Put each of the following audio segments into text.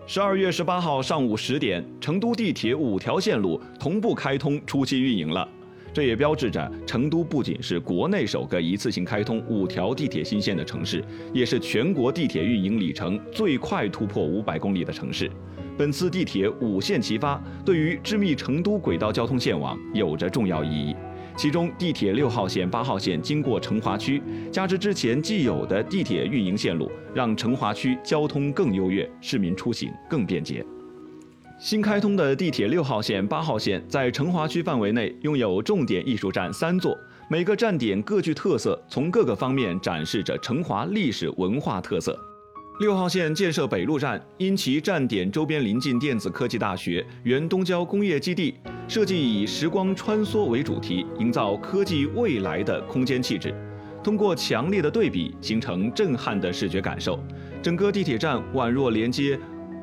12月18号上午10点，成都地铁5条线路同步开通初期运营了。这也标志着成都不仅是国内首个一次性开通5条地铁新线的城市，也是全国地铁运营里程最快突破500公里的城市。本次地铁5线齐发，对于织密成都轨道交通线网有着重要意义。其中，地铁6号线、8号线经过成华区，加之之前既有的地铁运营线路，让成华区交通更优越，市民出行更便捷。新开通的地铁6号线、8号线在成华区范围内拥有重点艺术站3座，每个站点各具特色，从各个方面展示着成华历史文化特色。6号线建设北路站，因其站点周边临近电子科技大学、原东郊工业基地，设计以时光穿梭为主题，营造科技未来的空间气质。通过强烈的对比，形成震撼的视觉感受。整个地铁站宛若连接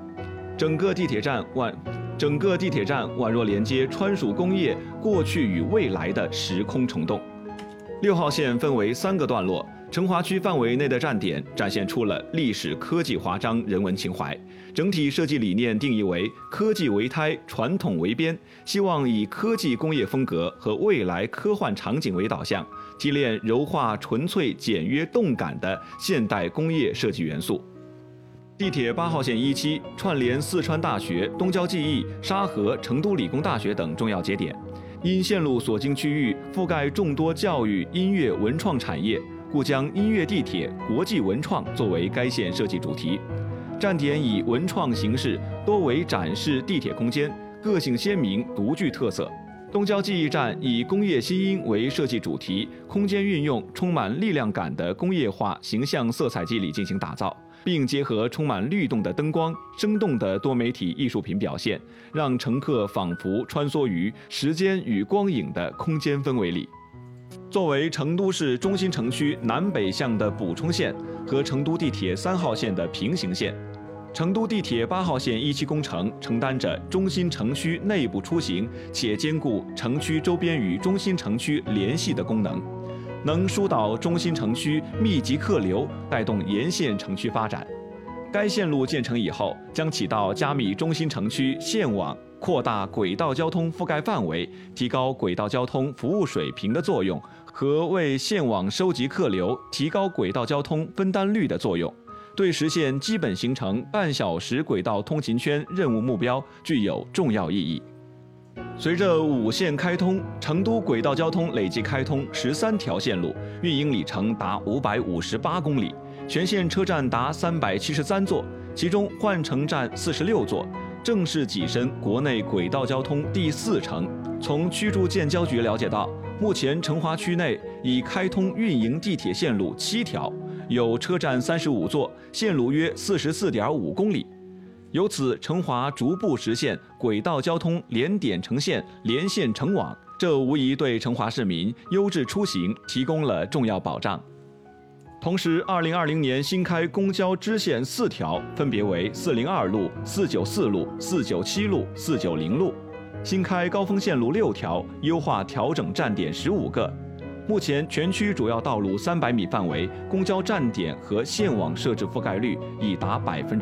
川蜀工业过去与未来的时空虫洞。6号线分为3个段落，成华区范围内的站点展现出了历史科技华章人文情怀。整体设计理念定义为科技为胎，传统为边，希望以科技工业风格和未来科幻场景为导向，提炼柔化、纯粹、简约、动感的现代工业设计元素。地铁8号线1期串联四川大学、东郊技艺、沙河、成都理工大学等重要节点，因线路所经区域覆盖众多教育、音乐、文创产业，故将音乐地铁、国际文创作为该线设计主题。站点以文创形式，多为展示地铁空间，个性鲜明，独具特色。东郊记忆站以工业新音为设计主题，空间运用充满力量感的工业化形象色彩肌理进行打造，并结合充满律动的灯光、生动的多媒体艺术品表现，让乘客仿佛穿梭于时间与光影的空间氛围里。作为成都市中心城区南北向的补充线和成都地铁3号线的平行线，成都地铁8号线1期工程承担着中心城区内部出行且兼顾城区周边与中心城区联系的功能，能疏导中心城区密集客流，带动沿线城区发展。该线路建成以后，将起到加密中心城区线网、扩大轨道交通覆盖范围、提高轨道交通服务水平的作用，和为线网收集客流、提高轨道交通分担率的作用，对实现基本形成半小时轨道通勤圈任务目标具有重要意义。随着5线开通，成都轨道交通累计开通13条线路，运营里程达558公里，全线车站达373座，其中换乘站46座，正式跻身国内轨道交通第4城。从区驻建交局了解到，目前成华区内已开通运营地铁线路7条，有车站35座，线路约44.5公里。由此，成华逐步实现轨道交通连点成线、连线成网，这无疑对成华市民优质出行提供了重要保障。同时，2020年新开公交支线4条，分别为402路、494路、497路、490路；新开高峰线路6条，优化调整站点15个。目前，全区主要道路300米范围公交站点和线网设置覆盖率已达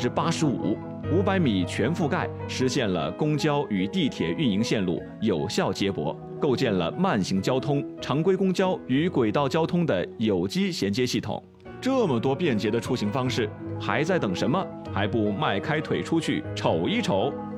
85%，500米全覆盖，实现了公交与地铁运营线路有效接驳，构建了慢行交通、常规公交与轨道交通的有机衔接系统。这么多便捷的出行方式，还在等什么？还不迈开腿出去瞅一瞅！